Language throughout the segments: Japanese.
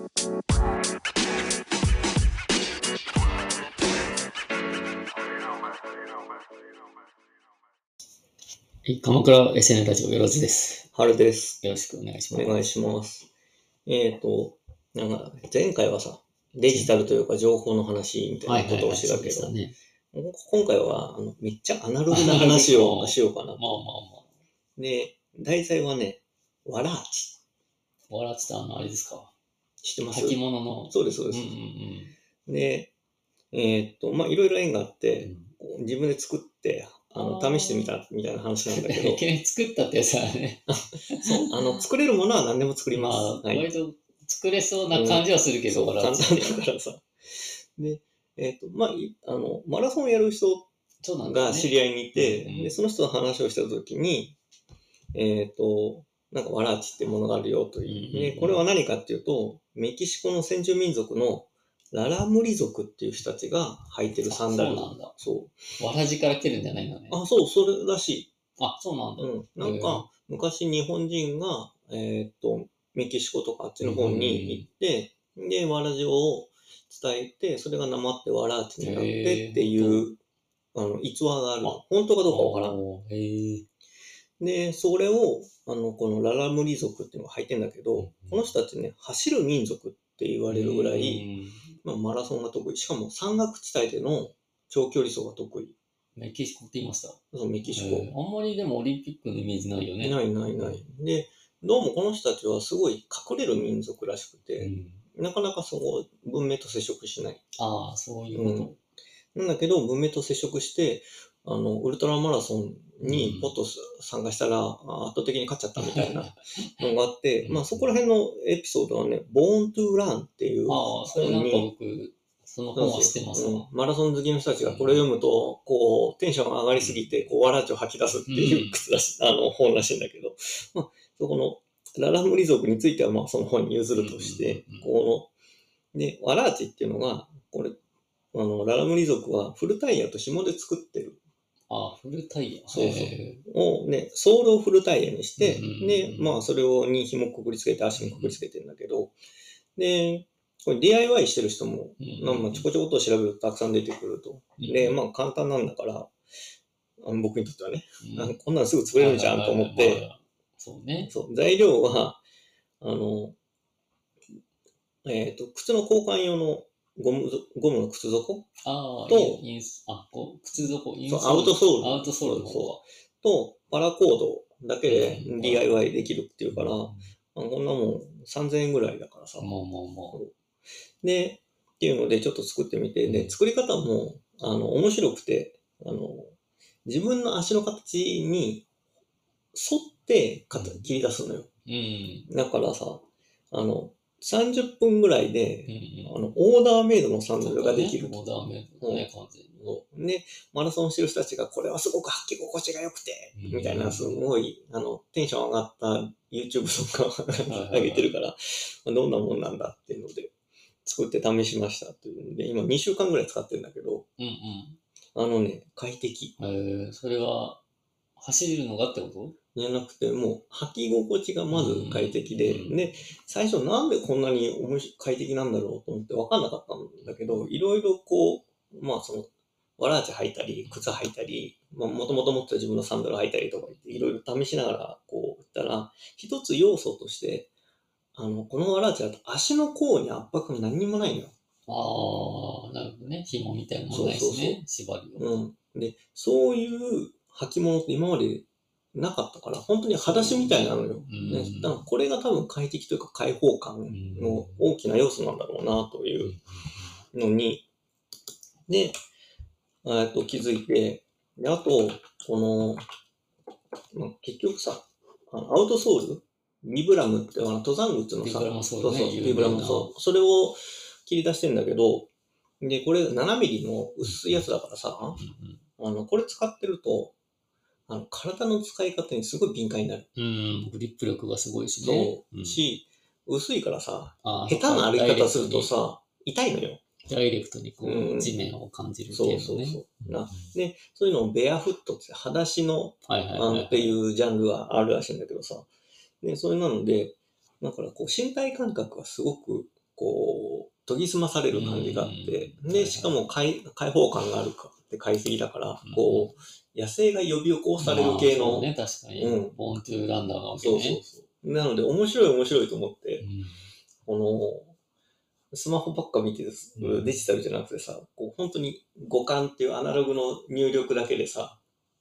はい、鎌倉 SN ラジオよろずです。 春です。 よろしくお願いします。 お願いします。なんか前回はさ、デジタルというか情報の話みたいなことをしてたけど、今回はめっちゃアナログな話をしようかなと。で、題材はね、わらあち。 わらあちってあれですか？ 知ってます？ 履物の。 そうです、そうです。で、いろいろ縁があって、自分で作って、試してみたみたいな話なんだけど。 いきなり作ったってやつだね。 そう、作れるものは何でも作ります。 割と作れそうな感じはするけど、 簡単だからさ。で、マラソンをやる人が知り合いにいて、で、その人と話をしたときに、なんかわらあちっていうものがあるよという。で、これは何かっていうと、メキシコの先住民族のララムリ族っていう人たちが履いてるサンダル。 そうなんだ。 そう。 わらじから来てるんじゃないのね。 そう、それらしい。 そうなんだ。 なんか、昔日本人が、メキシコとかあっちの方に行って、で、わらじを伝えて、それがなまってわらあちになってっていう、逸話がある。本当かどうかわからん。で、それを、このララムリ族っていうのが履いてんだけど、この人たちね、走る民族って言われるぐらい、マラソンが得意。しかも山岳地帯での長距離走が得意。 メキシコって言いました？ そう、メキシコ。 あんまりでもオリンピックのイメージないよね。 ない。で、どうもこの人たちはすごい隠れる民族らしくて、なかなか文明と接触しない。 そういうこと。 なんだけど、文明と接触して、ウルトラマラソンにポッと参加したら、圧倒的に勝っちゃったみたいなのがあって、そこら辺のエピソードはね、Born to Run っていうそれなんか僕、その本は知ってますわ。 マラソン好きの人たちがこれを読むと、こう、テンションが上がりすぎて、こう、わらあちを吐き出すっていう本らしいんだけど、そこの、ララムリ族については、その本に譲るとして、で、わらあちっていうのが、これ、ララムリ族はフルタイヤと紐で作ってる。 フルタイヤ。 そう。をね、ソールをフルタイヤにして、で、それに紐くくりつけて、足にくくりつけてるんだけど、で、これ DIY してる人も、ちょこちょこと調べるとたくさん出てくると。で、簡単なんだから、僕にとってはね、こんなのすぐ作れるじゃんと思って、 そうね。 材料は、靴の交換用のゴムの靴底と、 靴底、 アウトソール。 アウトソールと、パラコードだけで DIY できるっていうから、こんなもん3000円ぐらいだからさ。で、っていうのでちょっと作ってみて、で、作り方も、面白くて、自分の足の形に沿って切り出すのよ。だからさ、30分ぐらいで、オーダーメイドのサンダルができる。 オーダーメイドね、完全に。 で、マラソンしてる人たちが、これはすごく履き心地が良くて、みたいな、すごい、テンション上がった YouTube とか上げてるから、どんなもんなんだっていうので、作って試しましたというので、今2週間ぐらい使ってるんだけど、快適。 それは、走るのがってことじゃなくて、もう履き心地がまず快適で、で、最初なんでこんなに快適なんだろうと思って分かんなかったんだけど、いろいろわらあち履いたり、靴履いたり、もともと持ってた自分のサンダル履いたりとか言って、いろいろ試しながら、言ったら、一つ要素として、このわらあちだと足の甲に圧迫が何にもないのよ。 なるほどね。紐みたいなものないしね。縛りを。 で、そういう履物って今までなかったから、本当に裸足みたいなのよ。だからこれが多分快適というか開放感の大きな要素なんだろうなというのに、で、気づいて、で、あと、結局さ、アウトソールビブラムって登山靴のさ、ビブラムソール。それを切り出してんだけど、で、これ7ミリの薄いやつだからさ、これ使ってると、体の使い方にすごい敏感になる。 グリップ力がすごいしね。 薄いからさ、下手な歩き方するとさ、痛いのよ。 ダイレクトに地面を感じるっていうね。 で、そういうのをベアフットって、裸足の、っていうジャンルがあるらしいんだけどさ。で、それなので、だから身体感覚がすごくこう、研ぎ澄まされる感じがあって、で、しかも開放感があるかって買いすぎだから、こう、野生が呼び起こされる系の。 ね、確かに。ボーントゥーランダーがわけね。そう。なので、面白いと思って、この、スマホばっか見てるデジタルじゃなくてさ、こう本当に五感っていうアナログの入力だけでさ、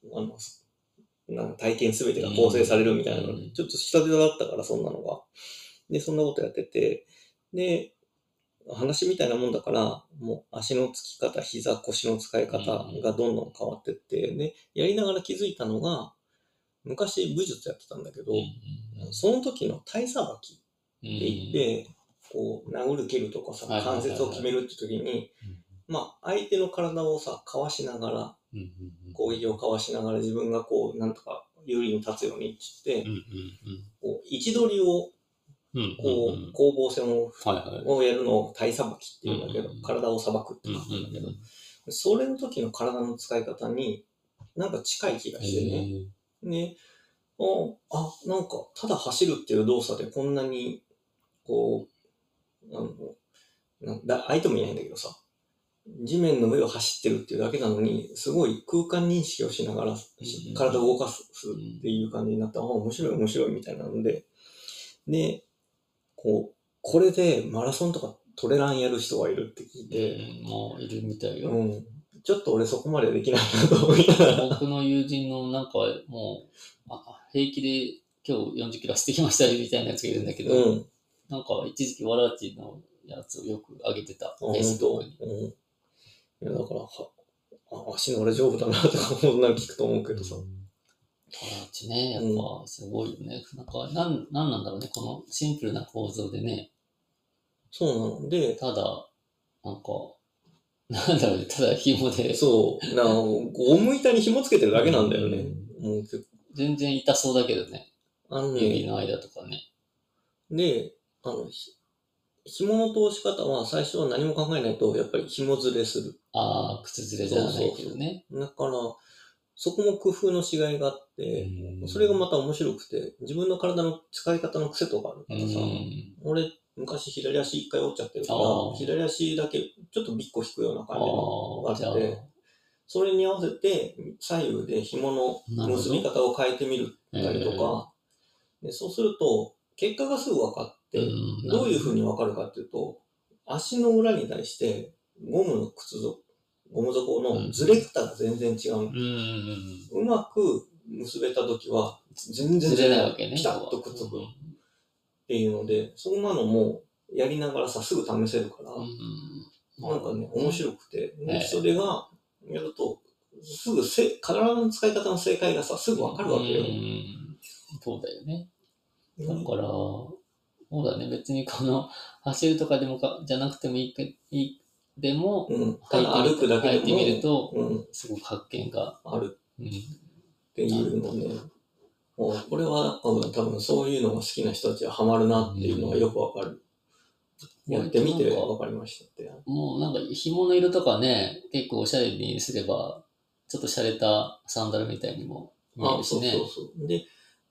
体験すべてが構成されるみたいなので、ちょっと下手だったから、そんなのが。で、そんなことやってて、で、話みたいなもんだから、もう足のつき方、膝、腰の使い方がどんどん変わってって、で、やりながら気づいたのが、昔武術やってたんだけど、その時の体さばきって言って、こう、殴る蹴るとかさ、関節を決めるって時に、まあ、相手の体をさ、かわしながら、攻撃をかわしながら自分がこう、なんとか有利に立つようにって、こう位置取りを、こう、攻防戦をやるのを体さばきっていうんだけど、体をさばくって書くんだけど、それの時の体の使い方に、なんか近い気がしてね。ね、なんか、ただ走るっていう動作でこんなに、こう、相手もいないんだけどさ、地面の上を走ってるっていうだけなのに、すごい空間認識をしながら体を動かすっていう感じになったら、面白いみたいなので、で、これでマラソンとかトレランやる人がいるって聞いて、 もういるみたいよ。 ちょっと俺そこまでできないなと思いながら。 僕の友人のなんかもう、平気で今日40キロ走ってきましたみたいなやつがいるんだけど、なんか一時期わらちのやつをよく上げてた。 本当。いやだから足の俺丈夫だなとかこんなの聞くと思うけどさ。 わらちね、やっぱすごいよね。なんかなんなんだろうね、このシンプルな構造でね。 そうなので、 ただなんかなんだろうね、ただ紐で。 そう。ゴム板に紐つけてるだけなんだよね。もう全然痛そうだけどね。指の間とかね。 で、紐の通し方は最初は何も考えないと、やっぱり紐ずれする。 靴ずれじゃないけどね。 だから、そこも工夫の違いがあって、それがまた面白くて、自分の体の使い方の癖とかあるからさ、俺、昔左足一回折っちゃってるから、左足だけちょっとビッコ引くような感じのがあって、それに合わせて左右で紐の結び方を変えてみるたりとか、でそうすると結果がすぐ分かって、どういう風に分かるかっていうと、足の裏に対してゴム底のずれ方が全然違う。うまく結べたときは全然ずれないわけね。ピタッとくっつく。っていうので、そんなのもやりながらさ、すぐ試せるから、なんかね、面白くて、それがやると、すぐ体の使い方の正解がさ、すぐわかるわけよ。 そうだよね。だから、そうだね、別に走るとかでもじゃなくてもいいでも、 ただ歩くだけでも履いてみると、すごく発見がある。っていうのね。これは多分そういうのが好きな人たちはハマるなっていうのがよくわかる。やってみてわかりましたって。 もうなんか紐の色とかね、結構おしゃれにすれば、ちょっと洒落たサンダルみたいにも見えるしね。 そう。で、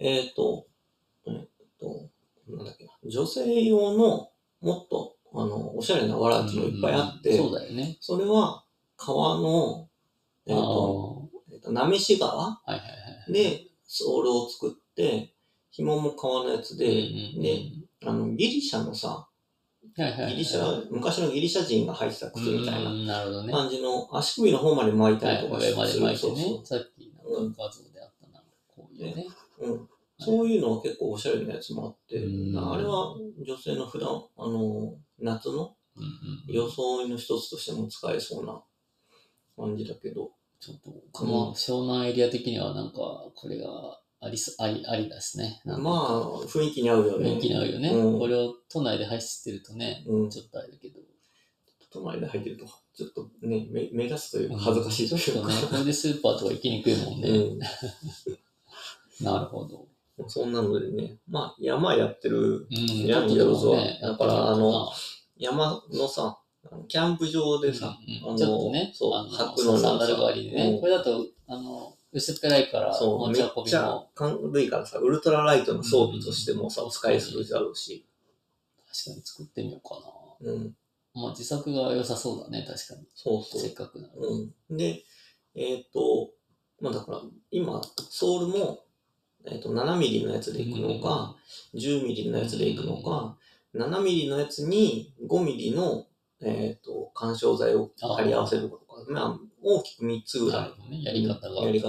なんだっけな。女性用のもっと、おしゃれなわらっていうのいっぱいあって、 そうだよね。 それは川の、なめし川でソールを作って、紐も川のやつで、で、ギリシャのさ、昔のギリシャ人が履いてた靴みたいな感じの足首の方まで巻いたりとかする。 上まで巻いてね。さっきの画像であったな。こういうね。 そういうのは結構おしゃれなやつもあって、あれは女性の普段、夏の装いの一つとしても使えそうな感じだけど。 ちょっと、この湘南エリア的にはなんか、これがありですね。 まあ、雰囲気に合うよね。 雰囲気に合うよね。これを都内で走ってるとね、ちょっとあれだけど。 都内で入ってると、ちょっとね、目立つというか恥ずかしいというか。 これでスーパーとか行きにくいもんね。なるほど。 そんなのでね、まあ、山やってるやん、よろずは。だから、山のさ、キャンプ場でさ、 ちょっとね、 履くのサンダル代わりでね。これだと、薄っぺらいから、 めっちゃ軽いからさ、ウルトラライトの装備としてもさ、使えるだろうし。 確かに作ってみようかな。 まあ自作が良さそうだね、確かに。 そうそう。 せっかくなら。 で、まあだから、今、ソールも、7ミリのやつでいくのか、10ミリのやつでいくのか、7ミリのやつに5ミリの、干渉剤を貼り合わせることか。まあ、大きく3つぐらい、 やり方がある。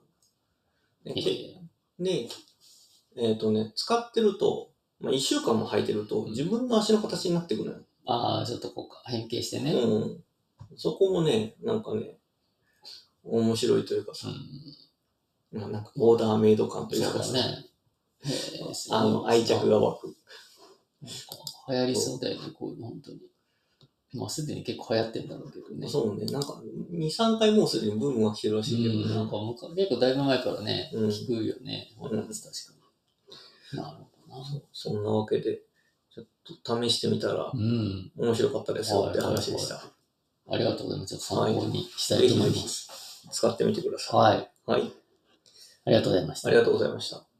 で、使ってると、まあ、1週間も履いてると、自分の足の形になってくるのよ。 ああ、ちょっとこう変形してね。 そこもね、なんかね、面白いというかさ、なんかオーダーメイド感というかさ、愛着が湧く。 流行りそうだよね、こういうの、本当に。まあ、すでに結構流行ってんだろうけどね。 そうね、なんか、2、3回もうすでにブームは来てるらしいけどね。 なんか結構だいぶ前からね、聞くよね、確かに。なるほどな。 そんなわけで、ちょっと試してみたら、面白かったですよって話でした。 ありがとうございます。ちょっと参考にしたいと思います。 使ってみてください。 はい。ありがとうございました。 ありがとうございました。